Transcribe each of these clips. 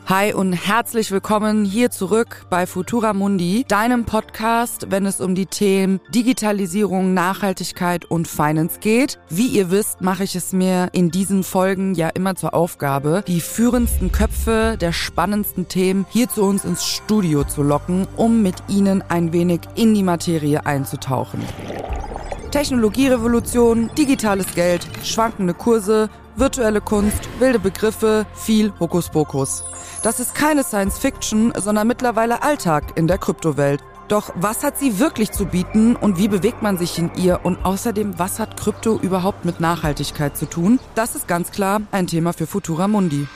Hi und herzlich willkommen hier zurück bei Futura Mundi, deinem Podcast, wenn es um die Themen Digitalisierung, Nachhaltigkeit und Finance geht. Wie ihr wisst, mache ich es mir in diesen Folgen ja immer zur Aufgabe, die führendsten Köpfe der spannendsten Themen hier zu uns ins Studio zu locken, um mit ihnen ein wenig in die Materie einzutauchen. Technologierevolution, digitales Geld, schwankende Kurse, virtuelle Kunst, wilde Begriffe, viel Hokuspokus. Das ist keine Science-Fiction, sondern mittlerweile Alltag in der Kryptowelt. Doch was hat sie wirklich zu bieten und wie bewegt man sich in ihr? Und außerdem, was hat Krypto überhaupt mit Nachhaltigkeit zu tun? Das ist ganz klar ein Thema für Futura Mundi.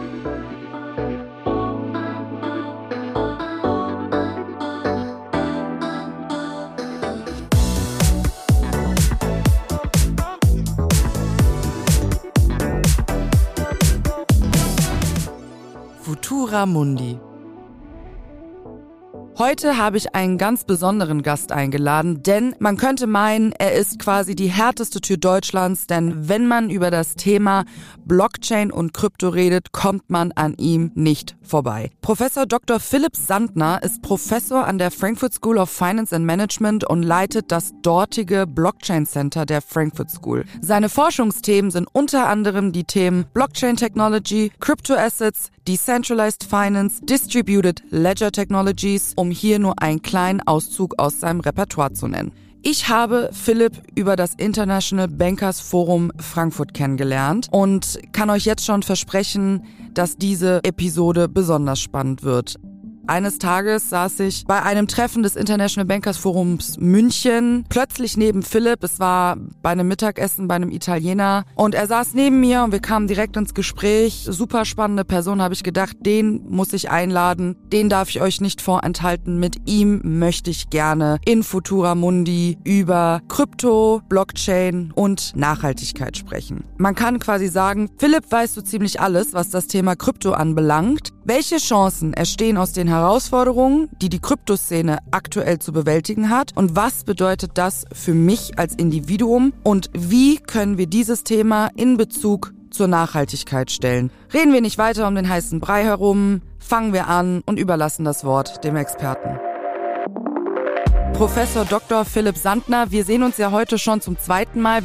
Futura Mundi. Heute habe ich einen ganz besonderen Gast eingeladen, denn man könnte meinen, er ist quasi die härteste Tür Deutschlands, denn wenn man über das Thema Blockchain und Krypto redet, kommt man an ihm nicht vorbei. Professor Dr. Philipp Sandner ist Professor an der Frankfurt School of Finance and Management und leitet das dortige Blockchain Center der Frankfurt School. Seine Forschungsthemen sind unter anderem die Themen Blockchain Technology, Crypto Assets, Decentralized Finance, Distributed Ledger Technologies, um hier nur einen kleinen Auszug aus seinem Repertoire zu nennen. Ich habe Philipp über das International Bankers Forum Frankfurt kennengelernt und kann euch jetzt schon versprechen, dass diese Episode besonders spannend wird. Eines Tages saß ich bei einem Treffen des International Bankers Forums München, plötzlich neben Philipp. Es war bei einem Mittagessen bei einem Italiener und er saß neben mir und wir kamen direkt ins Gespräch. Super spannende Person, habe ich gedacht, den muss ich einladen, den darf ich euch nicht vorenthalten. Mit ihm möchte ich gerne in Futura Mundi über Krypto, Blockchain und Nachhaltigkeit sprechen. Man kann quasi sagen, Philipp weiß so ziemlich alles, was das Thema Krypto anbelangt. Welche Chancen entstehen aus den Herausforderungen, die die Kryptoszene aktuell zu bewältigen hat und was bedeutet das für mich als Individuum und wie können wir dieses Thema in Bezug zur Nachhaltigkeit stellen? Reden wir nicht weiter um den heißen Brei herum, fangen wir an und überlassen das Wort dem Experten. Professor Dr. Philipp Sandner, wir sehen uns ja heute schon zum zweiten Mal.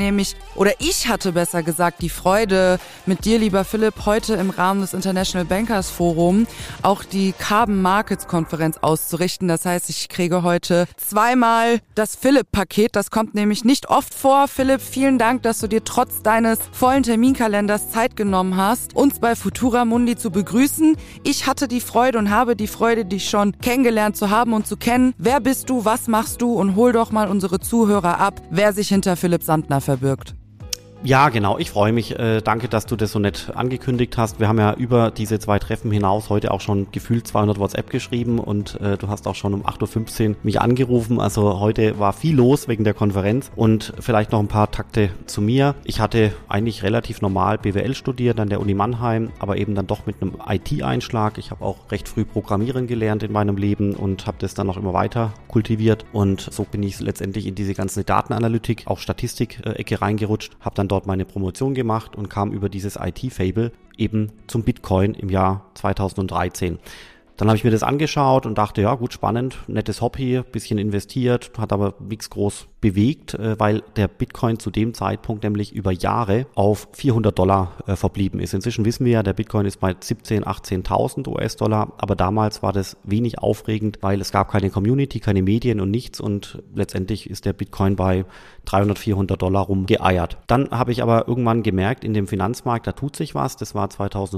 Ich hatte besser gesagt die Freude, mit dir, lieber Philipp, heute im Rahmen des International Bankers Forum auch die Carbon Markets Konferenz auszurichten. Das heißt, ich kriege heute zweimal das Philipp-Paket. Das kommt nämlich nicht oft vor. Philipp, vielen Dank, dass du dir trotz deines vollen Terminkalenders Zeit genommen hast, uns bei Futura Mundi zu begrüßen. Ich hatte die Freude und habe die Freude, dich schon kennengelernt zu haben und zu kennen. Wer bist du? Was machst du? Und hol doch mal unsere Zuhörer ab, wer sich hinter Philipp Sandner verbirgt. Ja, genau. Ich freue mich. Danke, dass du das so nett angekündigt hast. Wir haben ja über diese 2 Treffen hinaus heute auch schon gefühlt 200 WhatsApp geschrieben und du hast auch schon um 8.15 Uhr mich angerufen. Also heute war viel los wegen der Konferenz und vielleicht noch ein paar Takte zu mir. Ich hatte eigentlich relativ normal BWL studiert an der Uni Mannheim, aber eben dann doch mit einem IT-Einschlag. Ich habe auch recht früh Programmieren gelernt in meinem Leben und habe das dann noch immer weiter kultiviert und so bin ich letztendlich in diese ganze Datenanalytik, auch Statistik-Ecke reingerutscht, habe dann dort meine Promotion gemacht und kam über dieses IT-Fable eben zum Bitcoin im Jahr 2013. Dann habe ich mir das angeschaut und dachte, ja gut, spannend, nettes Hobby, bisschen investiert, hat aber nichts groß bewegt, weil der Bitcoin zu dem Zeitpunkt nämlich über Jahre auf $400 verblieben ist. Inzwischen wissen wir ja, der Bitcoin ist bei 17.000, 18.000 US-Dollar, aber damals war das wenig aufregend, weil es gab keine Community, keine Medien und nichts und letztendlich ist der Bitcoin bei $300, $400 rumgeeiert. Dann habe ich aber irgendwann gemerkt, in dem Finanzmarkt, da tut sich was. Das war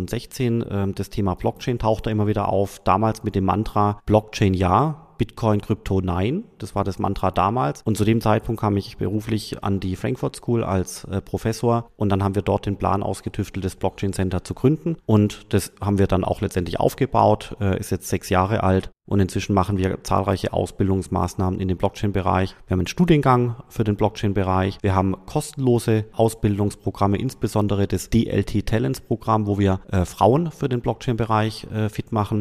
2016, das Thema Blockchain tauchte immer wieder auf, damals mit dem Mantra Blockchain ja, Bitcoin, Krypto, nein. Das war das Mantra damals. Und zu dem Zeitpunkt kam ich beruflich an die Frankfurt School als Professor und dann haben wir dort den Plan ausgetüftelt, das Blockchain Center zu gründen und das haben wir dann auch letztendlich aufgebaut, ist jetzt 6 Jahre alt. Und inzwischen machen wir zahlreiche Ausbildungsmaßnahmen in dem Blockchain-Bereich. Wir haben einen Studiengang für den Blockchain-Bereich. Wir haben kostenlose Ausbildungsprogramme, insbesondere das DLT Talents Programm, wo wir Frauen für den Blockchain-Bereich fit machen.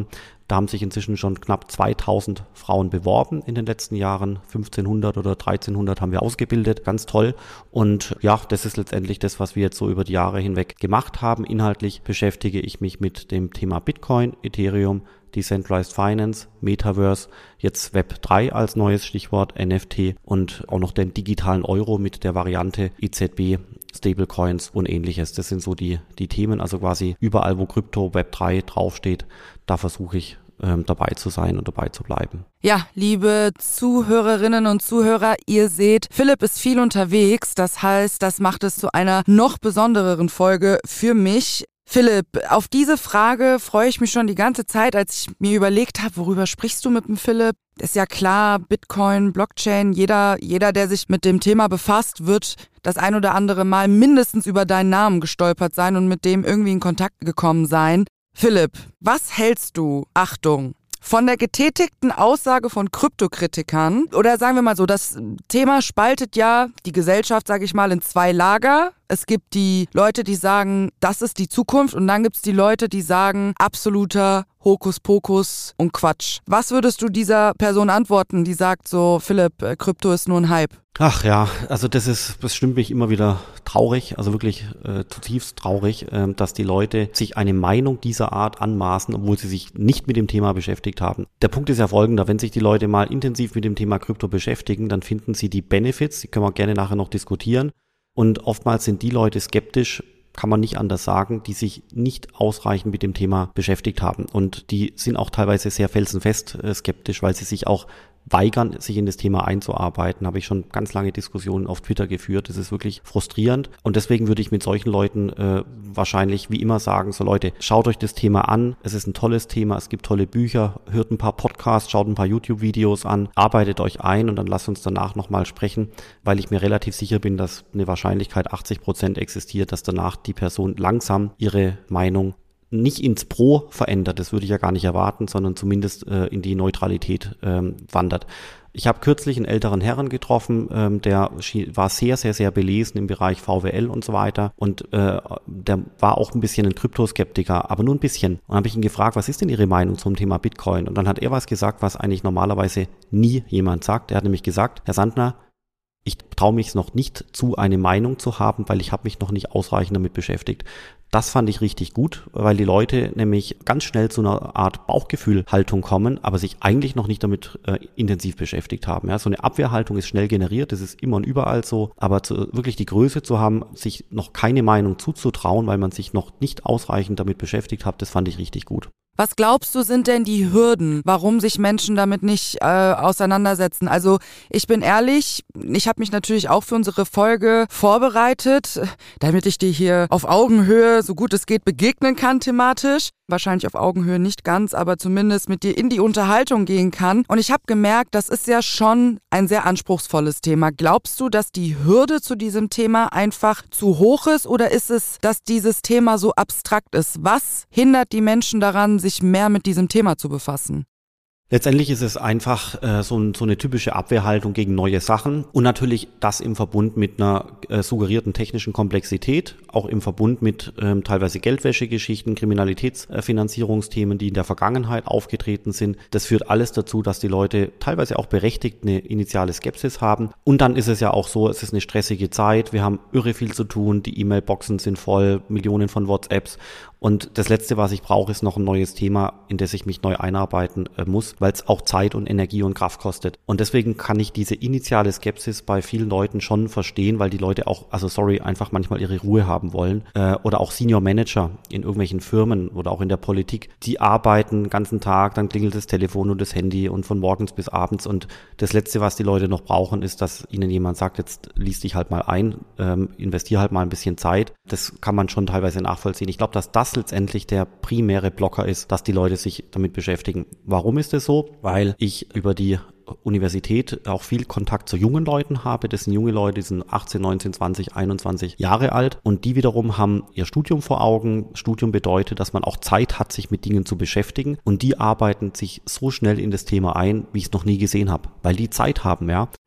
Da haben sich inzwischen schon knapp 2000 Frauen beworben in den letzten Jahren. 1500 oder 1300 haben wir ausgebildet. Ganz toll. Und ja, das ist letztendlich das, was wir jetzt so über die Jahre hinweg gemacht haben. Inhaltlich beschäftige ich mich mit dem Thema Bitcoin, Ethereum, Decentralized Finance, Metaverse, jetzt Web 3 als neues Stichwort, NFT und auch noch den digitalen Euro mit der Variante EZB, Stablecoins und ähnliches. Das sind so die Themen, also quasi überall, wo Krypto, Web 3 draufsteht, da versuche ich dabei zu sein und dabei zu bleiben. Ja, liebe Zuhörerinnen und Zuhörer, ihr seht, Philipp ist viel unterwegs. Das heißt, das macht es zu einer noch besondereren Folge für mich. Philipp, auf diese Frage freue ich mich schon die ganze Zeit, als ich mir überlegt habe, worüber sprichst du mit dem Philipp? Ist ja klar, Bitcoin, Blockchain, jeder, der sich mit dem Thema befasst, wird das ein oder andere Mal mindestens über deinen Namen gestolpert sein und mit dem irgendwie in Kontakt gekommen sein. Philipp, was hältst du, Achtung, von der getätigten Aussage von Kryptokritikern? Oder sagen wir mal so, das Thema spaltet ja die Gesellschaft, sage ich mal, in zwei Lager. Es gibt die Leute, die sagen, das ist die Zukunft, und dann gibt es die Leute, die sagen, absoluter Hokuspokus und Quatsch. Was würdest du dieser Person antworten, die sagt so, Philipp, Krypto ist nur ein Hype? Ach ja, also das stimmt mich immer wieder traurig, also wirklich zutiefst traurig, dass die Leute sich eine Meinung dieser Art anmaßen, obwohl sie sich nicht mit dem Thema beschäftigt haben. Der Punkt ist ja folgender: Wenn sich die Leute mal intensiv mit dem Thema Krypto beschäftigen, dann finden sie die Benefits, die können wir gerne nachher noch diskutieren. Und oftmals sind die Leute skeptisch, kann man nicht anders sagen, die sich nicht ausreichend mit dem Thema beschäftigt haben. Und die sind auch teilweise sehr felsenfest skeptisch, weil sie sich auch weigern, sich in das Thema einzuarbeiten. Habe ich schon ganz lange Diskussionen auf Twitter geführt. Das ist wirklich frustrierend. Und deswegen würde ich mit solchen Leuten wahrscheinlich wie immer sagen, so Leute, schaut euch das Thema an. Es ist ein tolles Thema. Es gibt tolle Bücher. Hört ein paar Podcasts, schaut ein paar YouTube-Videos an, arbeitet euch ein und dann lasst uns danach nochmal sprechen, weil ich mir relativ sicher bin, dass eine Wahrscheinlichkeit 80% existiert, dass danach die Person langsam ihre Meinung nicht ins Pro verändert, das würde ich ja gar nicht erwarten, sondern zumindest in die Neutralität wandert. Ich habe kürzlich einen älteren Herrn getroffen, der war sehr, sehr, sehr belesen im Bereich VWL und so weiter, und der war auch ein bisschen ein Kryptoskeptiker, aber nur ein bisschen. Und dann habe ich ihn gefragt, was ist denn Ihre Meinung zum Thema Bitcoin? Und dann hat er was gesagt, was eigentlich normalerweise nie jemand sagt. Er hat nämlich gesagt, Herr Sandner, ich traue mich noch nicht zu, eine Meinung zu haben, weil ich habe mich noch nicht ausreichend damit beschäftigt. Das fand ich richtig gut, weil die Leute nämlich ganz schnell zu einer Art Bauchgefühlhaltung kommen, aber sich eigentlich noch nicht damit intensiv beschäftigt haben. Ja, so eine Abwehrhaltung ist schnell generiert, das ist immer und überall so, aber wirklich die Größe zu haben, sich noch keine Meinung zuzutrauen, weil man sich noch nicht ausreichend damit beschäftigt hat, das fand ich richtig gut. Was glaubst du, sind denn die Hürden, warum sich Menschen damit nicht auseinandersetzen? Also ich bin ehrlich, ich habe mich natürlich auch für unsere Folge vorbereitet, damit ich dir hier auf Augenhöhe, so gut es geht, begegnen kann thematisch. Wahrscheinlich auf Augenhöhe nicht ganz, aber zumindest mit dir in die Unterhaltung gehen kann. Und ich habe gemerkt, das ist ja schon ein sehr anspruchsvolles Thema. Glaubst du, dass die Hürde zu diesem Thema einfach zu hoch ist, oder ist es, dass dieses Thema so abstrakt ist? Was hindert die Menschen daran, sich mehr mit diesem Thema zu befassen? Letztendlich ist es einfach so eine typische Abwehrhaltung gegen neue Sachen und natürlich das im Verbund mit einer suggerierten technischen Komplexität, auch im Verbund mit teilweise Geldwäschegeschichten, Kriminalitätsfinanzierungsthemen, die in der Vergangenheit aufgetreten sind. Das führt alles dazu, dass die Leute teilweise auch berechtigt eine initiale Skepsis haben. Und dann ist es ja auch so, es ist eine stressige Zeit, wir haben irre viel zu tun, die E-Mail-Boxen sind voll, Millionen von WhatsApps. Und das Letzte, was ich brauche, ist noch ein neues Thema, in das ich mich neu einarbeiten muss, weil es auch Zeit und Energie und Kraft kostet. Und deswegen kann ich diese initiale Skepsis bei vielen Leuten schon verstehen, weil die Leute auch, einfach manchmal ihre Ruhe haben wollen. Oder auch Senior Manager in irgendwelchen Firmen oder auch in der Politik, die arbeiten den ganzen Tag, dann klingelt das Telefon und das Handy und von morgens bis abends. Und das Letzte, was die Leute noch brauchen, ist, dass ihnen jemand sagt, jetzt lies dich halt mal ein, investier halt mal ein bisschen Zeit. Das kann man schon teilweise nachvollziehen. Ich glaube, dass das letztendlich der primäre Blocker ist, dass die Leute sich damit beschäftigen. Warum ist es so? Weil ich über die Universität auch viel Kontakt zu jungen Leuten habe. Das sind junge Leute, die sind 18, 19, 20, 21 Jahre alt und die wiederum haben ihr Studium vor Augen. Studium bedeutet, dass man auch Zeit hat, sich mit Dingen zu beschäftigen, und die arbeiten sich so schnell in das Thema ein, wie ich es noch nie gesehen habe, weil die Zeit haben, ja.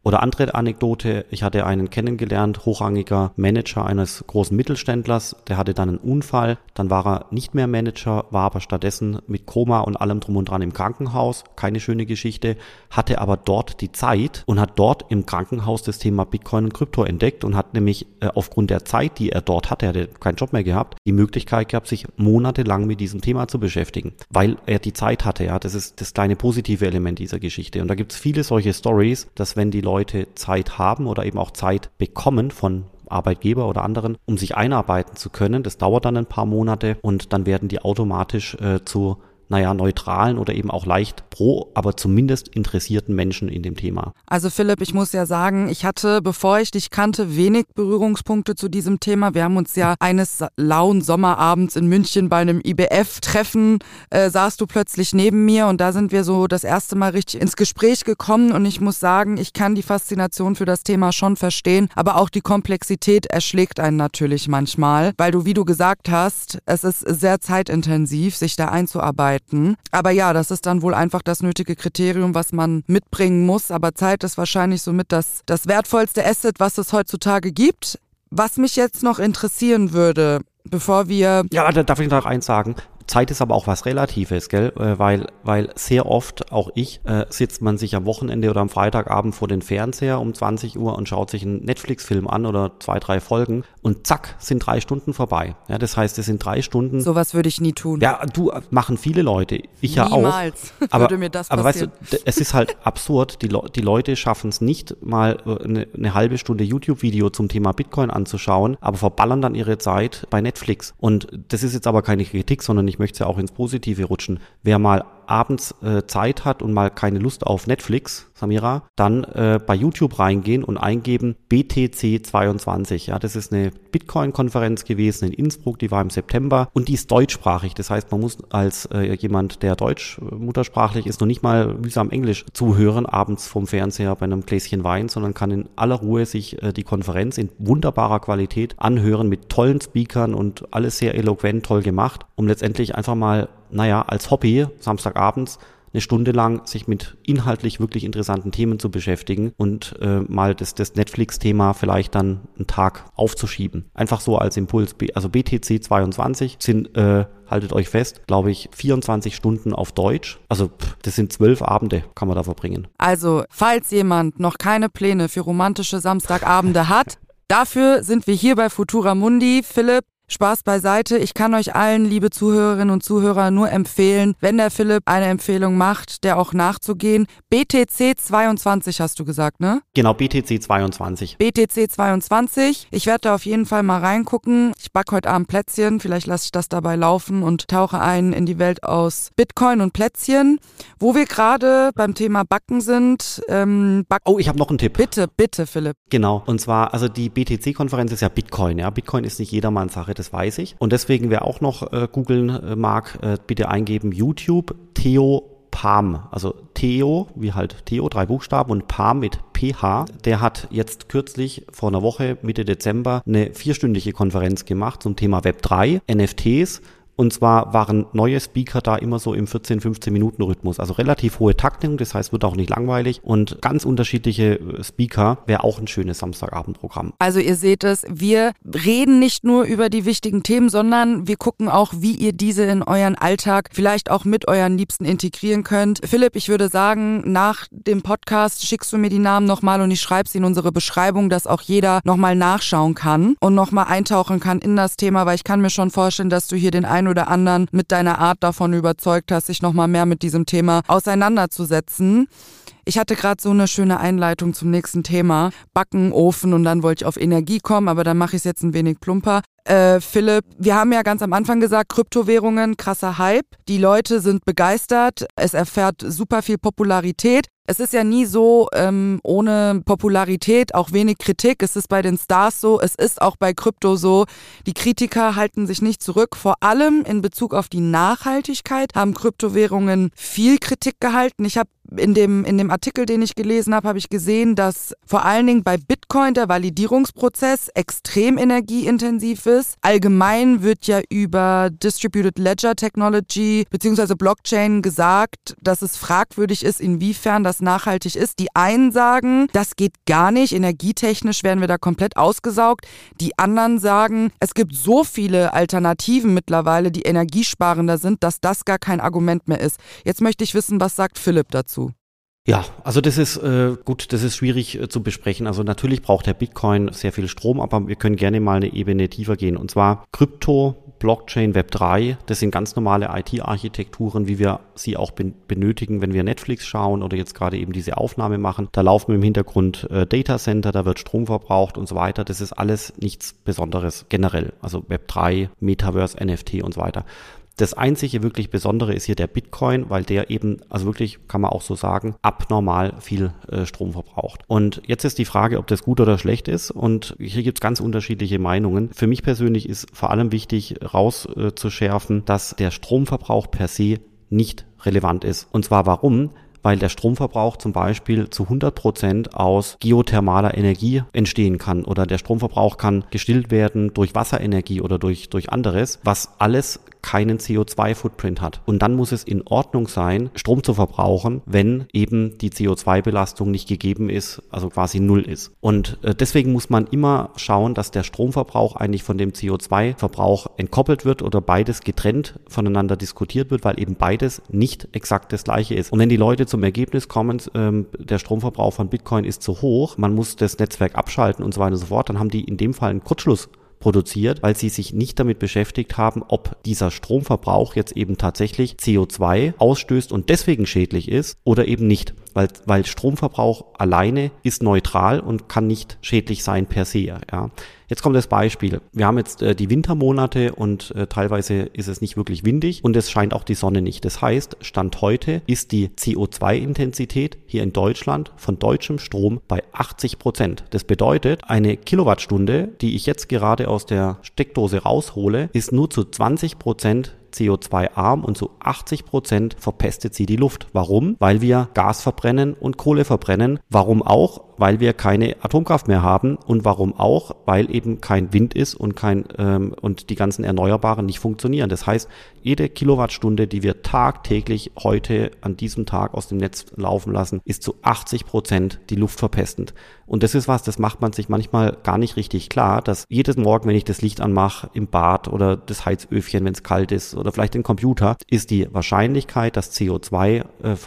Oder andere Anekdote, ich hatte einen kennengelernt, hochrangiger Manager eines großen Mittelständlers, der hatte dann einen Unfall, dann war er nicht mehr Manager, war aber stattdessen mit Koma und allem drum und dran im Krankenhaus, keine schöne Geschichte, hatte aber dort die Zeit und hat dort im Krankenhaus das Thema Bitcoin und Krypto entdeckt und hat nämlich aufgrund der Zeit, die er dort hatte, er hatte keinen Job mehr gehabt, die Möglichkeit gehabt, sich monatelang mit diesem Thema zu beschäftigen, weil er die Zeit hatte. Ja, das ist das kleine positive Element dieser Geschichte. Und da gibt es viele solche Stories, dass wenn die Leute Zeit haben oder eben auch Zeit bekommen von Arbeitgeber oder anderen, um sich einarbeiten zu können, das dauert dann ein paar Monate und dann werden die automatisch zu neutralen oder eben auch leicht pro, aber zumindest interessierten Menschen in dem Thema. Also Philipp, ich muss ja sagen, ich hatte, bevor ich dich kannte, wenig Berührungspunkte zu diesem Thema. Wir haben uns ja eines lauen Sommerabends in München bei einem IBF-Treffen, saßt du plötzlich neben mir und da sind wir so das erste Mal richtig ins Gespräch gekommen und ich muss sagen, ich kann die Faszination für das Thema schon verstehen, aber auch die Komplexität erschlägt einen natürlich manchmal, weil du, wie du gesagt hast, es ist sehr zeitintensiv, sich da einzuarbeiten. Aber ja, das ist dann wohl einfach das nötige Kriterium, was man mitbringen muss. Aber Zeit ist wahrscheinlich somit das wertvollste Asset, was es heutzutage gibt. Was mich jetzt noch interessieren würde, bevor wir... Ja, da darf ich noch eins sagen. Zeit ist aber auch was Relatives, gell? Weil sehr oft, auch ich, sitzt man sich am Wochenende oder am Freitagabend vor den Fernseher um 20 Uhr und schaut sich einen Netflix-Film an oder 2, 3 Folgen und zack, sind 3 Stunden vorbei. Ja, das heißt, es sind 3 Stunden. Sowas würde ich nie tun. Ja, machen viele Leute. Ich ja auch. Niemals würde mir das passieren. Aber weißt du, es ist halt absurd. Die Leute schaffen es nicht, mal eine halbe Stunde YouTube-Video zum Thema Bitcoin anzuschauen, aber verballern dann ihre Zeit bei Netflix. Und das ist jetzt aber keine Kritik, sondern ich möchte ja auch ins Positive rutschen. Wer mal abends Zeit hat und mal keine Lust auf Netflix, Samira, dann bei YouTube reingehen und eingeben BTC 22. Ja, das ist eine Bitcoin-Konferenz gewesen in Innsbruck, die war im September und die ist deutschsprachig. Das heißt, man muss als jemand, der deutsch muttersprachlich ist, noch nicht mal mühsam Englisch zuhören, abends vom Fernseher bei einem Gläschen Wein, sondern kann in aller Ruhe sich die Konferenz in wunderbarer Qualität anhören mit tollen Speakern und alles sehr eloquent, toll gemacht, um letztendlich einfach mal als Hobby samstagabends eine Stunde lang sich mit inhaltlich wirklich interessanten Themen zu beschäftigen und mal das Netflix-Thema vielleicht dann einen Tag aufzuschieben. Einfach so als Impuls. Also BTC 22 sind, haltet euch fest, glaube ich, 24 Stunden auf Deutsch. Also das sind 12 Abende, kann man da verbringen. Also, falls jemand noch keine Pläne für romantische Samstagabende hat, dafür sind wir hier bei Futura Mundi. Philipp, Spaß beiseite. Ich kann euch allen, liebe Zuhörerinnen und Zuhörer, nur empfehlen, wenn der Philipp eine Empfehlung macht, der auch nachzugehen. BTC 22 hast du gesagt, ne? Genau, BTC 22. BTC 22. Ich werde da auf jeden Fall mal reingucken. Ich backe heute Abend Plätzchen. Vielleicht lasse ich das dabei laufen und tauche ein in die Welt aus Bitcoin und Plätzchen. Wo wir gerade beim Thema Backen sind. Oh, ich habe noch einen Tipp. Bitte, Philipp. Genau, und zwar, also die BTC-Konferenz ist ja Bitcoin. Ja, Bitcoin ist nicht jedermanns Sache. Das weiß ich. Und deswegen, wer auch noch googeln mag, bitte eingeben YouTube Theo Palm. Also Theo, wie halt Theo, 3 Buchstaben und Palm mit PH. Der hat jetzt kürzlich vor einer Woche, Mitte Dezember, eine 4-stündige Konferenz gemacht zum Thema Web3, NFTs. Und zwar waren neue Speaker da immer so im 14-15 Minuten Rhythmus. Also relativ hohe Taktung, das heißt, wird auch nicht langweilig. Und ganz unterschiedliche Speaker wäre auch ein schönes Samstagabendprogramm. Also ihr seht es, wir reden nicht nur über die wichtigen Themen, sondern wir gucken auch, wie ihr diese in euren Alltag vielleicht auch mit euren Liebsten integrieren könnt. Philipp, ich würde sagen, nach dem Podcast schickst du mir die Namen nochmal und ich schreibe sie in unsere Beschreibung, dass auch jeder nochmal nachschauen kann und nochmal eintauchen kann in das Thema, weil ich kann mir schon vorstellen, dass du hier den einen oder anderen mit deiner Art davon überzeugt hast, sich nochmal mehr mit diesem Thema auseinanderzusetzen. Ich hatte gerade so eine schöne Einleitung zum nächsten Thema, Backen, Ofen und dann wollte ich auf Energie kommen, aber dann mache ich es jetzt ein wenig plumper. Philipp, wir haben ja ganz am Anfang gesagt, Kryptowährungen, krasser Hype. Die Leute sind begeistert, es erfährt super viel Popularität. Es ist ja nie so ohne Popularität, auch wenig Kritik. Es ist bei den Stars so, es ist auch bei Krypto so. Die Kritiker halten sich nicht zurück. Vor allem in Bezug auf die Nachhaltigkeit haben Kryptowährungen viel Kritik gehalten. Ich habe in dem Artikel, den ich gelesen habe, habe ich gesehen, dass vor allen Dingen bei Bitcoin der Validierungsprozess extrem energieintensiv ist. Allgemein wird ja über Distributed Ledger Technology bzw. Blockchain gesagt, dass es fragwürdig ist, inwiefern das nachhaltig ist. Die einen sagen, das geht gar nicht, energietechnisch werden wir da komplett ausgesaugt. Die anderen sagen, es gibt so viele Alternativen mittlerweile, die energiesparender sind, dass das gar kein Argument mehr ist. Jetzt möchte ich wissen, was sagt Philipp dazu? Ja, also das ist gut, das ist schwierig zu besprechen. Also natürlich braucht der Bitcoin sehr viel Strom, aber wir können gerne mal eine Ebene tiefer gehen. Und zwar Krypto, Blockchain, Web3, das sind ganz normale IT-Architekturen, wie wir sie auch benötigen, wenn wir Netflix schauen oder jetzt gerade eben diese Aufnahme machen. Da laufen im Hintergrund Datacenter, da wird Strom verbraucht und so weiter. Das ist alles nichts Besonderes generell. Also Web3, Metaverse, NFT und so weiter. Das einzige wirklich Besondere ist hier der Bitcoin, weil der eben, also wirklich kann man auch so sagen, abnormal viel Strom verbraucht. Und jetzt ist die Frage, ob das gut oder schlecht ist. Und hier gibt es ganz unterschiedliche Meinungen. Für mich persönlich ist vor allem wichtig rauszuschärfen, dass der Stromverbrauch per se nicht relevant ist. Und zwar warum? Weil der Stromverbrauch zum Beispiel zu 100% aus geothermaler Energie entstehen kann oder der Stromverbrauch kann gestillt werden durch Wasserenergie oder durch anderes, was alles keinen CO2-Footprint hat. Und dann muss es in Ordnung sein, Strom zu verbrauchen, wenn eben die CO2-Belastung nicht gegeben ist, also quasi null ist. Und deswegen muss man immer schauen, dass der Stromverbrauch eigentlich von dem CO2-Verbrauch entkoppelt wird oder beides getrennt voneinander diskutiert wird, weil eben beides nicht exakt das gleiche ist. Und wenn die Leute zum Ergebnis kommen, der Stromverbrauch von Bitcoin ist zu hoch, man muss das Netzwerk abschalten und so weiter und so fort, dann haben die in dem Fall einen Kurzschluss produziert, weil sie sich nicht damit beschäftigt haben, ob dieser Stromverbrauch jetzt eben tatsächlich CO2 ausstößt und deswegen schädlich ist oder eben nicht. Weil Stromverbrauch alleine ist neutral und kann nicht schädlich sein per se. Ja. Jetzt kommt das Beispiel. Wir haben jetzt die Wintermonate und teilweise ist es nicht wirklich windig und es scheint auch die Sonne nicht. Das heißt, Stand heute ist die CO2-Intensität hier in Deutschland von deutschem Strom bei 80%. Das bedeutet, eine Kilowattstunde, die ich jetzt gerade aus der Steckdose raushole, ist nur zu 20% CO2-arm und zu 80% verpestet sie die Luft. Warum? Weil wir Gas verbrennen und Kohle verbrennen. Warum auch? Weil wir keine Atomkraft mehr haben und warum auch? Weil eben kein Wind ist und und die ganzen Erneuerbaren nicht funktionieren. Das heißt, jede Kilowattstunde, die wir tagtäglich heute an diesem Tag aus dem Netz laufen lassen, ist zu 80% die Luft verpestend. Und das ist was, das macht man sich manchmal gar nicht richtig klar, dass jedes Morgen, wenn ich das Licht anmache im Bad oder das Heizöfchen, wenn es kalt ist oder vielleicht den Computer, ist die Wahrscheinlichkeit, dass CO2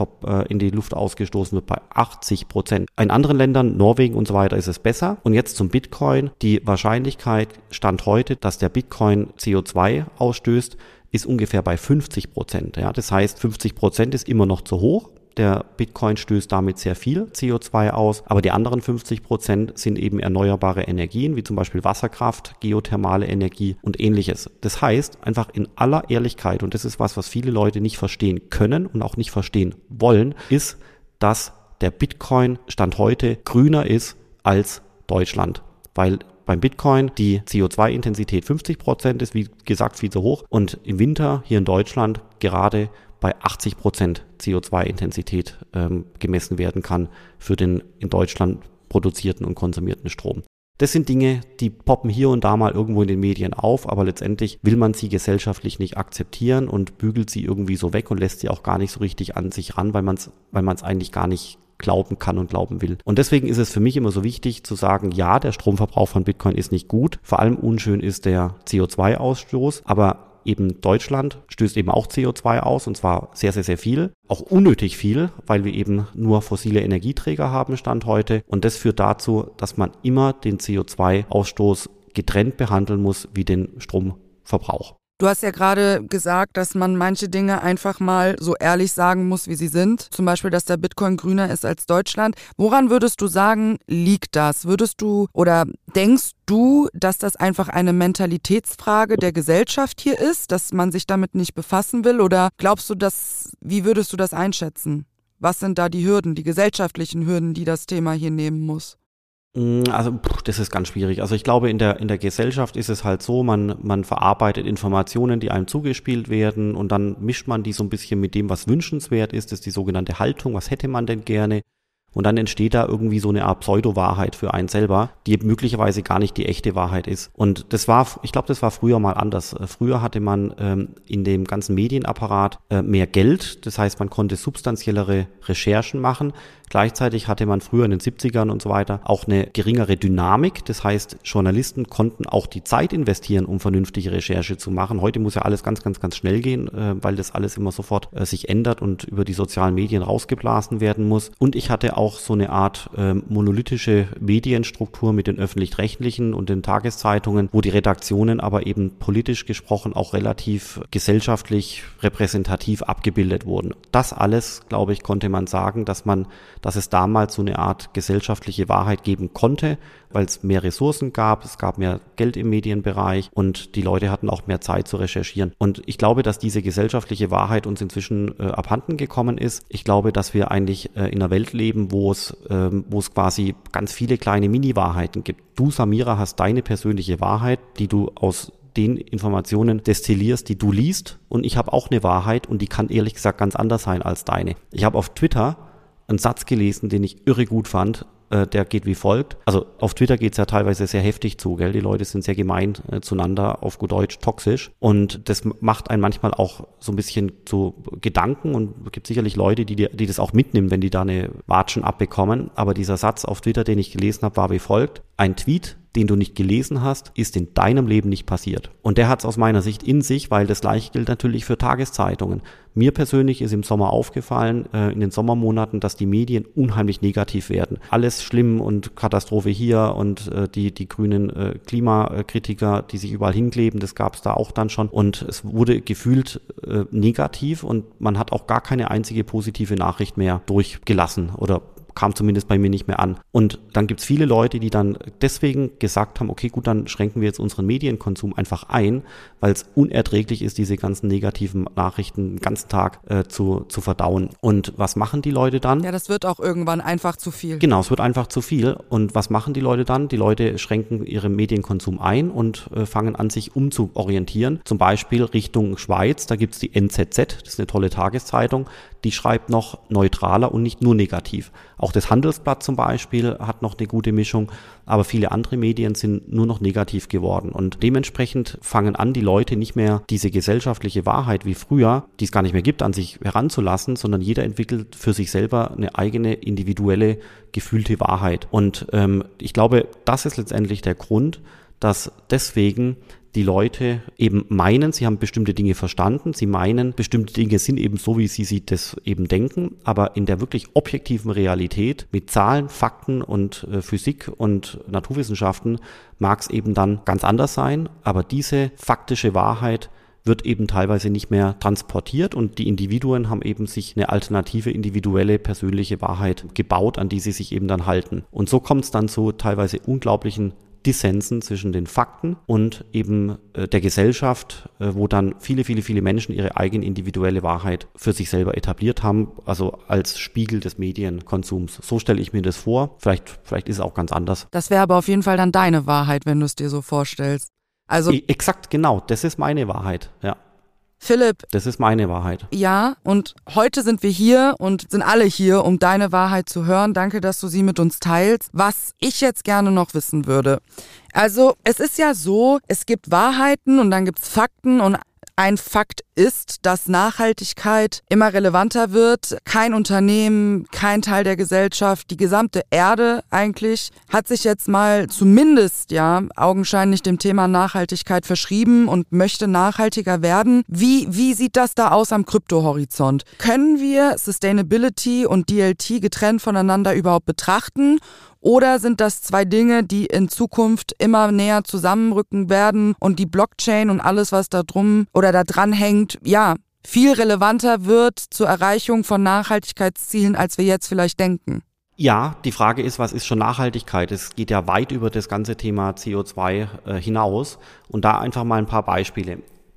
in die Luft ausgestoßen wird, bei 80%. In anderen Ländern, Norwegen und so weiter, ist es besser. Und jetzt zum Bitcoin. Die Wahrscheinlichkeit Stand heute, dass der Bitcoin CO2 ausstößt, ist ungefähr bei 50%. Ja, das heißt, 50% ist immer noch zu hoch. Der Bitcoin stößt damit sehr viel CO2 aus, aber die anderen 50% sind eben erneuerbare Energien, wie zum Beispiel Wasserkraft, geothermale Energie und ähnliches. Das heißt, einfach in aller Ehrlichkeit, und das ist was viele Leute nicht verstehen können und auch nicht verstehen wollen, ist, dass der Bitcoin Stand heute grüner ist als Deutschland, weil beim Bitcoin die CO2-Intensität 50% ist, wie gesagt, viel zu hoch und im Winter hier in Deutschland gerade bei 80% CO2-Intensität gemessen werden kann für den in Deutschland produzierten und konsumierten Strom. Das sind Dinge, die poppen hier und da mal irgendwo in den Medien auf, aber letztendlich will man sie gesellschaftlich nicht akzeptieren und bügelt sie irgendwie so weg und lässt sie auch gar nicht so richtig an sich ran, weil man es eigentlich gar nicht glauben kann und glauben will. Und deswegen ist es für mich immer so wichtig zu sagen, ja, der Stromverbrauch von Bitcoin ist nicht gut. Vor allem unschön ist der CO2-Ausstoß, aber eben Deutschland stößt eben auch CO2 aus und zwar sehr, sehr, sehr viel. Auch unnötig viel, weil wir eben nur fossile Energieträger haben Stand heute. Und das führt dazu, dass man immer den CO2-Ausstoß getrennt behandeln muss wie den Stromverbrauch. Du hast ja gerade gesagt, dass man manche Dinge einfach mal so ehrlich sagen muss, wie sie sind. Zum Beispiel, dass der Bitcoin grüner ist als Deutschland. Woran würdest du sagen, liegt das? Würdest du oder denkst du, dass das einfach eine Mentalitätsfrage der Gesellschaft hier ist, dass man sich damit nicht befassen will? Oder glaubst du, wie würdest du das einschätzen? Was sind da die Hürden, die gesellschaftlichen Hürden, die das Thema hier nehmen muss? Also das ist ganz schwierig. Also ich glaube, in der Gesellschaft ist es halt so, man verarbeitet Informationen, die einem zugespielt werden, und dann mischt man die so ein bisschen mit dem, was wünschenswert ist. Das ist die sogenannte Haltung. Was hätte man denn gerne? Und dann entsteht da irgendwie so eine Art Pseudo-Wahrheit für einen selber, die möglicherweise gar nicht die echte Wahrheit ist. Und ich glaube, das war früher mal anders. Früher hatte man in dem ganzen Medienapparat mehr Geld. Das heißt, man konnte substanziellere Recherchen machen. Gleichzeitig hatte man früher in den 70ern und so weiter auch eine geringere Dynamik. Das heißt, Journalisten konnten auch die Zeit investieren, um vernünftige Recherche zu machen. Heute muss ja alles ganz, ganz, ganz schnell gehen, weil das alles immer sofort sich ändert und über die sozialen Medien rausgeblasen werden muss. Und ich hatte auch so eine Art monolithische Medienstruktur mit den öffentlich-rechtlichen und den Tageszeitungen, wo die Redaktionen aber eben politisch gesprochen auch relativ gesellschaftlich repräsentativ abgebildet wurden. Das alles, glaube ich, konnte man sagen, dass es damals so eine Art gesellschaftliche Wahrheit geben konnte, weil es mehr Ressourcen gab, es gab mehr Geld im Medienbereich und die Leute hatten auch mehr Zeit zu recherchieren. Und ich glaube, dass diese gesellschaftliche Wahrheit uns inzwischen abhanden gekommen ist. Ich glaube, dass wir eigentlich in einer Welt leben, wo es quasi ganz viele kleine Mini-Wahrheiten gibt. Du, Samira, hast deine persönliche Wahrheit, die du aus den Informationen destillierst, die du liest, und ich habe auch eine Wahrheit, und die kann ehrlich gesagt ganz anders sein als deine. Ich habe auf Twitter einen Satz gelesen, den ich irre gut fand, der geht wie folgt. Also auf Twitter geht es ja teilweise sehr heftig zu, gell? Die Leute sind sehr gemein zueinander, auf gut Deutsch toxisch, und das macht einen manchmal auch so ein bisschen zu Gedanken, und es gibt sicherlich Leute, die das auch mitnehmen, wenn die da eine Watschen abbekommen, aber dieser Satz auf Twitter, den ich gelesen habe, war wie folgt: Ein Tweet, den du nicht gelesen hast, ist in deinem Leben nicht passiert. Und der hat es aus meiner Sicht in sich, weil das gleiche gilt natürlich für Tageszeitungen. Mir persönlich ist im Sommer aufgefallen, in den Sommermonaten, dass die Medien unheimlich negativ werden. Alles schlimm und Katastrophe hier, und die grünen Klimakritiker, die sich überall hinkleben, das gab es da auch dann schon. Und es wurde gefühlt negativ, und man hat auch gar keine einzige positive Nachricht mehr durchgelassen oder kam zumindest bei mir nicht mehr an. Und dann gibt es viele Leute, die dann deswegen gesagt haben, okay, gut, dann schränken wir jetzt unseren Medienkonsum einfach ein, weil es unerträglich ist, diese ganzen negativen Nachrichten den ganzen Tag zu verdauen. Und was machen die Leute dann? Ja, das wird auch irgendwann einfach zu viel. Genau, es wird einfach zu viel. Und was machen die Leute dann? Die Leute schränken ihren Medienkonsum ein und fangen an, sich umzuorientieren. Zum Beispiel Richtung Schweiz, da gibt es die NZZ, das ist eine tolle Tageszeitung, die schreibt noch neutraler und nicht nur negativ. Auch das Handelsblatt zum Beispiel hat noch eine gute Mischung, aber viele andere Medien sind nur noch negativ geworden. Und dementsprechend fangen an, die Leute nicht mehr diese gesellschaftliche Wahrheit wie früher, die es gar nicht mehr gibt, an sich heranzulassen, sondern jeder entwickelt für sich selber eine eigene individuelle, gefühlte Wahrheit. Und ich glaube, das ist letztendlich der Grund, dass deswegen die Leute eben meinen, sie haben bestimmte Dinge verstanden, sie meinen, bestimmte Dinge sind eben so, wie sie das eben denken, aber in der wirklich objektiven Realität mit Zahlen, Fakten und Physik und Naturwissenschaften mag es eben dann ganz anders sein, aber diese faktische Wahrheit wird eben teilweise nicht mehr transportiert, und die Individuen haben eben sich eine alternative, individuelle, persönliche Wahrheit gebaut, an die sie sich eben dann halten. Und so kommt es dann zu teilweise unglaublichen Dissensen zwischen den Fakten und eben der Gesellschaft, wo dann viele, viele, viele Menschen ihre eigene individuelle Wahrheit für sich selber etabliert haben, also als Spiegel des Medienkonsums. So stelle ich mir das vor. Vielleicht ist es auch ganz anders. Das wäre aber auf jeden Fall dann deine Wahrheit, wenn du es dir so vorstellst. Also exakt, genau. Das ist meine Wahrheit, ja. Philipp. Das ist meine Wahrheit. Ja, und heute sind wir hier und sind alle hier, um deine Wahrheit zu hören. Danke, dass du sie mit uns teilst. Was ich jetzt gerne noch wissen würde. Also, es ist ja so, es gibt Wahrheiten und dann gibt's Fakten, und ein Fakt ist, dass Nachhaltigkeit immer relevanter wird. Kein Unternehmen, kein Teil der Gesellschaft, die gesamte Erde eigentlich hat sich jetzt mal zumindest augenscheinlich dem Thema Nachhaltigkeit verschrieben und möchte nachhaltiger werden. Wie sieht das da aus am Kryptohorizont? Können wir Sustainability und DLT getrennt voneinander überhaupt betrachten? Oder sind das zwei Dinge, die in Zukunft immer näher zusammenrücken werden und die Blockchain und alles, was da drum oder da dran hängt, viel relevanter wird zur Erreichung von Nachhaltigkeitszielen, als wir jetzt vielleicht denken? Ja, die Frage ist, was ist schon Nachhaltigkeit? Es geht ja weit über das ganze Thema CO2 hinaus, und da einfach mal ein paar Beispiele.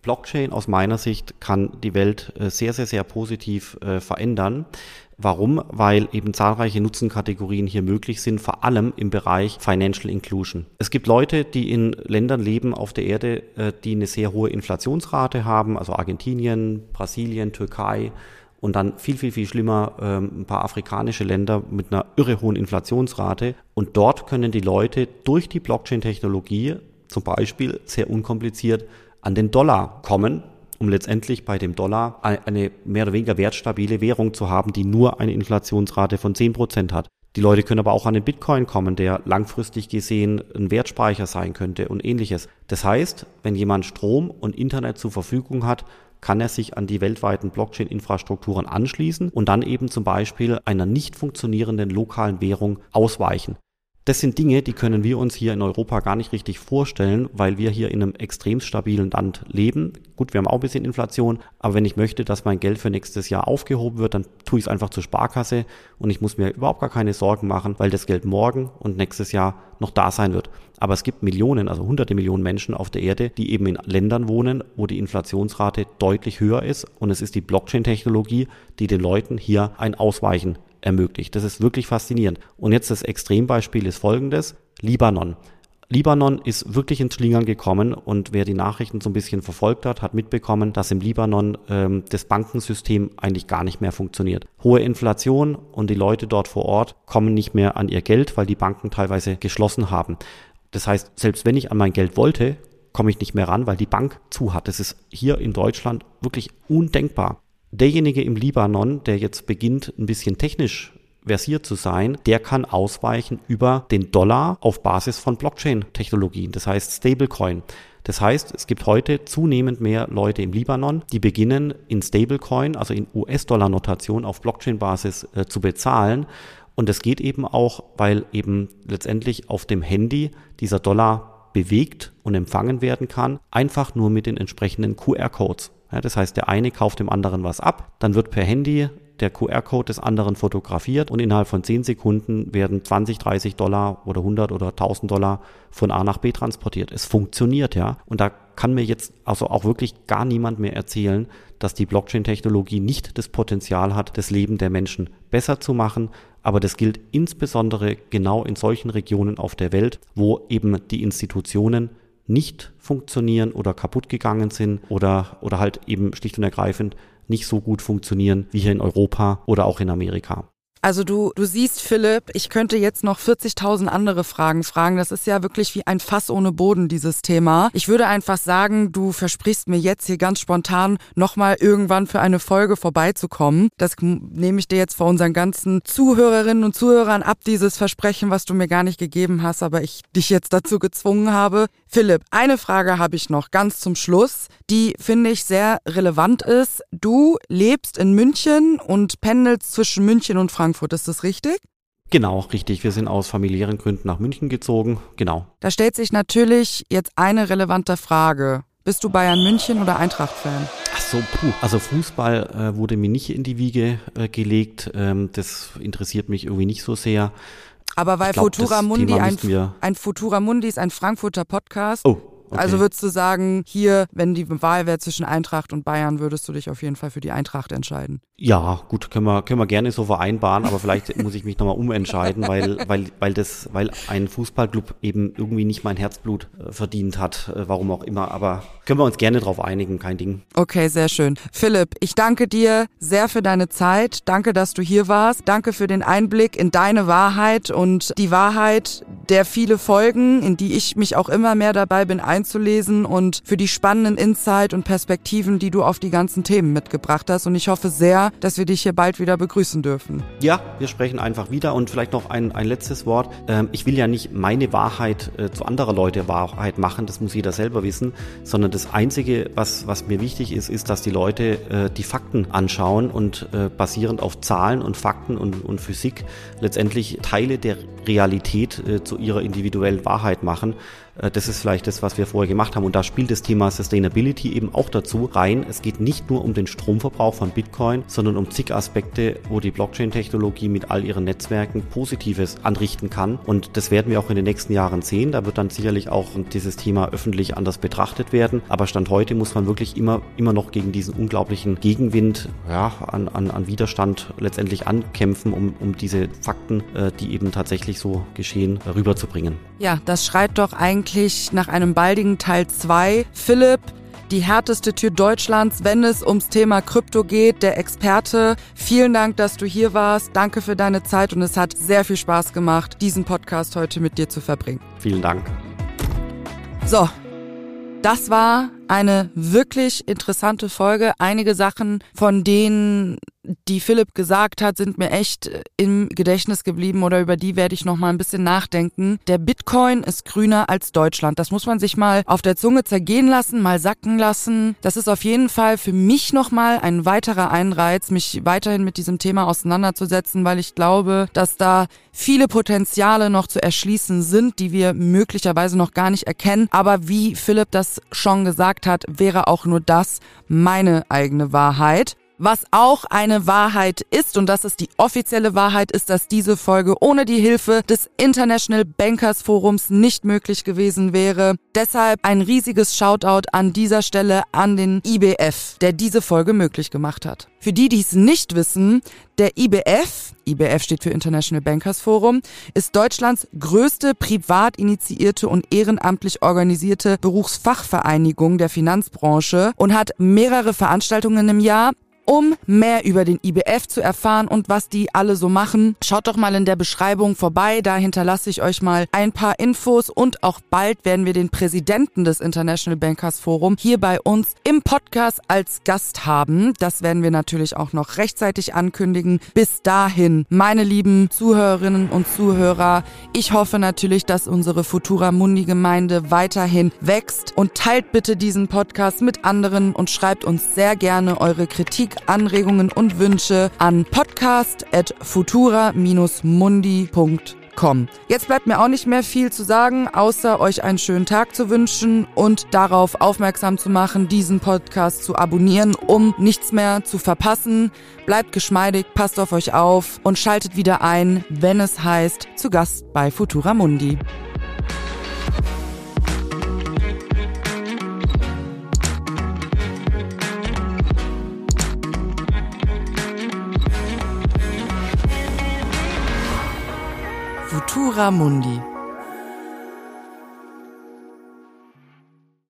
Blockchain aus meiner Sicht kann die Welt sehr, sehr, sehr positiv verändern. Warum? Weil eben zahlreiche Nutzenkategorien hier möglich sind, vor allem im Bereich Financial Inclusion. Es gibt Leute, die in Ländern leben auf der Erde, die eine sehr hohe Inflationsrate haben, also Argentinien, Brasilien, Türkei und dann viel, viel, viel schlimmer ein paar afrikanische Länder mit einer irre hohen Inflationsrate. Und dort können die Leute durch die Blockchain-Technologie zum Beispiel sehr unkompliziert an den Dollar kommen, um letztendlich bei dem Dollar eine mehr oder weniger wertstabile Währung zu haben, die nur eine Inflationsrate von 10% hat. Die Leute können aber auch an den Bitcoin kommen, der langfristig gesehen ein Wertspeicher sein könnte und ähnliches. Das heißt, wenn jemand Strom und Internet zur Verfügung hat, kann er sich an die weltweiten Blockchain-Infrastrukturen anschließen und dann eben zum Beispiel einer nicht funktionierenden lokalen Währung ausweichen. Das sind Dinge, die können wir uns hier in Europa gar nicht richtig vorstellen, weil wir hier in einem extrem stabilen Land leben. Gut, wir haben auch ein bisschen Inflation, aber wenn ich möchte, dass mein Geld für nächstes Jahr aufgehoben wird, dann tue ich es einfach zur Sparkasse und ich muss mir überhaupt gar keine Sorgen machen, weil das Geld morgen und nächstes Jahr noch da sein wird. Aber es gibt Millionen, also hunderte Millionen Menschen auf der Erde, die eben in Ländern wohnen, wo die Inflationsrate deutlich höher ist und es ist die Blockchain-Technologie, die den Leuten hier ein Ausweichen ermöglicht. Das ist wirklich faszinierend. Und jetzt das Extrembeispiel ist folgendes: Libanon. Libanon ist wirklich ins Schlingern gekommen und wer die Nachrichten so ein bisschen verfolgt hat, hat mitbekommen, dass im Libanon das Bankensystem eigentlich gar nicht mehr funktioniert. Hohe Inflation und die Leute dort vor Ort kommen nicht mehr an ihr Geld, weil die Banken teilweise geschlossen haben. Das heißt, selbst wenn ich an mein Geld wollte, komme ich nicht mehr ran, weil die Bank zu hat. Das ist hier in Deutschland wirklich undenkbar. Derjenige im Libanon, der jetzt beginnt, ein bisschen technisch versiert zu sein, der kann ausweichen über den Dollar auf Basis von Blockchain-Technologien, das heißt Stablecoin. Das heißt, es gibt heute zunehmend mehr Leute im Libanon, die beginnen in Stablecoin, also in US-Dollar-Notation auf Blockchain-Basis zu bezahlen. Und das geht eben auch, weil eben letztendlich auf dem Handy dieser Dollar bewegt und empfangen werden kann, einfach nur mit den entsprechenden QR-Codes. Ja, das heißt, der eine kauft dem anderen was ab, dann wird per Handy der QR-Code des anderen fotografiert und innerhalb von 10 Sekunden werden 20, 30 Dollar oder 100 oder 1000 Dollar von A nach B transportiert. Es funktioniert, ja. Und da kann mir jetzt also auch wirklich gar niemand mehr erzählen, dass die Blockchain-Technologie nicht das Potenzial hat, das Leben der Menschen besser zu machen. Aber das gilt insbesondere genau in solchen Regionen auf der Welt, wo eben die Institutionen nicht funktionieren oder kaputt gegangen sind oder halt eben schlicht und ergreifend nicht so gut funktionieren wie hier in Europa oder auch in Amerika. Also du siehst, Philipp, ich könnte jetzt noch 40.000 andere Fragen fragen. Das ist ja wirklich wie ein Fass ohne Boden, dieses Thema. Ich würde einfach sagen, du versprichst mir jetzt hier ganz spontan nochmal irgendwann für eine Folge vorbeizukommen. Das nehme ich dir jetzt vor unseren ganzen Zuhörerinnen und Zuhörern ab, dieses Versprechen, was du mir gar nicht gegeben hast, aber ich dich jetzt dazu gezwungen habe. Philipp, eine Frage habe ich noch ganz zum Schluss, die, finde ich, sehr relevant ist. Du lebst in München und pendelst zwischen München und Frankfurt. Ist das richtig? Genau, richtig. Wir sind aus familiären Gründen nach München gezogen. Genau. Da stellt sich natürlich jetzt eine relevante Frage. Bist du Bayern München oder Eintracht-Fan? Ach so, also Fußball wurde mir nicht in die Wiege gelegt. Das interessiert mich irgendwie nicht so sehr. Aber weil Futura Mundi ein Futura Mundi ist ein Frankfurter Podcast. Oh. Okay. Also würdest du sagen, hier, wenn die Wahl wäre zwischen Eintracht und Bayern, würdest du dich auf jeden Fall für die Eintracht entscheiden? Ja, gut, können wir gerne so vereinbaren, aber vielleicht muss ich mich nochmal umentscheiden, weil ein Fußballclub eben irgendwie nicht mein Herzblut verdient hat, warum auch immer, aber können wir uns gerne drauf einigen, kein Ding. Okay, sehr schön. Philipp, ich danke dir sehr für deine Zeit, danke, dass du hier warst, danke für den Einblick in deine Wahrheit und die Wahrheit der viele Folgen, in die ich mich auch immer mehr dabei bin einzulesen und für die spannenden Insight und Perspektiven, die du auf die ganzen Themen mitgebracht hast und ich hoffe sehr, dass wir dich hier bald wieder begrüßen dürfen. Ja, wir sprechen einfach wieder und vielleicht noch ein letztes Wort. Ich will ja nicht meine Wahrheit zu anderer Leute Wahrheit machen, das muss jeder selber wissen, sondern das Einzige, was mir wichtig ist, dass die Leute die Fakten anschauen und basierend auf Zahlen und Fakten und Physik letztendlich Teile der Realität zu ihrer individuellen Wahrheit machen. Das ist vielleicht das, was wir vorher gemacht haben. Und da spielt das Thema Sustainability eben auch dazu rein. Es geht nicht nur um den Stromverbrauch von Bitcoin, sondern um zig Aspekte, wo die Blockchain-Technologie mit all ihren Netzwerken Positives anrichten kann. Und das werden wir auch in den nächsten Jahren sehen. Da wird dann sicherlich auch dieses Thema öffentlich anders betrachtet werden. Aber Stand heute muss man wirklich immer noch gegen diesen unglaublichen Gegenwind an Widerstand letztendlich ankämpfen, um diese Fakten, die eben tatsächlich so geschehen, rüberzubringen. Ja, das schreit doch eigentlich nach einem baldigen Teil 2. Philipp, die härteste Tür Deutschlands, wenn es ums Thema Krypto geht, der Experte. Vielen Dank, dass du hier warst. Danke für deine Zeit und es hat sehr viel Spaß gemacht, diesen Podcast heute mit dir zu verbringen. Vielen Dank. So, das war eine wirklich interessante Folge. Einige Sachen, von denen die Philipp gesagt hat, sind mir echt im Gedächtnis geblieben oder über die werde ich noch mal ein bisschen nachdenken. Der Bitcoin ist grüner als Deutschland. Das muss man sich mal auf der Zunge zergehen lassen, mal sacken lassen. Das ist auf jeden Fall für mich noch mal ein weiterer Anreiz, mich weiterhin mit diesem Thema auseinanderzusetzen, weil ich glaube, dass da viele Potenziale noch zu erschließen sind, die wir möglicherweise noch gar nicht erkennen. Aber wie Philipp das schon gesagt hat, wäre auch nur das meine eigene Wahrheit. Was auch eine Wahrheit ist, und das ist die offizielle Wahrheit, ist, dass diese Folge ohne die Hilfe des International Bankers Forums nicht möglich gewesen wäre. Deshalb ein riesiges Shoutout an dieser Stelle an den IBF, der diese Folge möglich gemacht hat. Für die, die es nicht wissen, der IBF steht für International Bankers Forum, ist Deutschlands größte privat initiierte und ehrenamtlich organisierte Berufsfachvereinigung der Finanzbranche und hat mehrere Veranstaltungen im Jahr. Um mehr über den IBF zu erfahren und was die alle so machen, schaut doch mal in der Beschreibung vorbei, da hinterlasse ich euch mal ein paar Infos und auch bald werden wir den Präsidenten des International Bankers Forum hier bei uns im Podcast als Gast haben. Das werden wir natürlich auch noch rechtzeitig ankündigen. Bis dahin, meine lieben Zuhörerinnen und Zuhörer, ich hoffe natürlich, dass unsere Futura Mundi Gemeinde weiterhin wächst und teilt bitte diesen Podcast mit anderen und schreibt uns sehr gerne eure Kritik, Anregungen und Wünsche an podcast@futura-mundi.com. Jetzt bleibt mir auch nicht mehr viel zu sagen, außer euch einen schönen Tag zu wünschen und darauf aufmerksam zu machen, diesen Podcast zu abonnieren, um nichts mehr zu verpassen. Bleibt geschmeidig, passt auf euch auf und schaltet wieder ein, wenn es heißt, zu Gast bei Futura Mundi. Futura Mundi.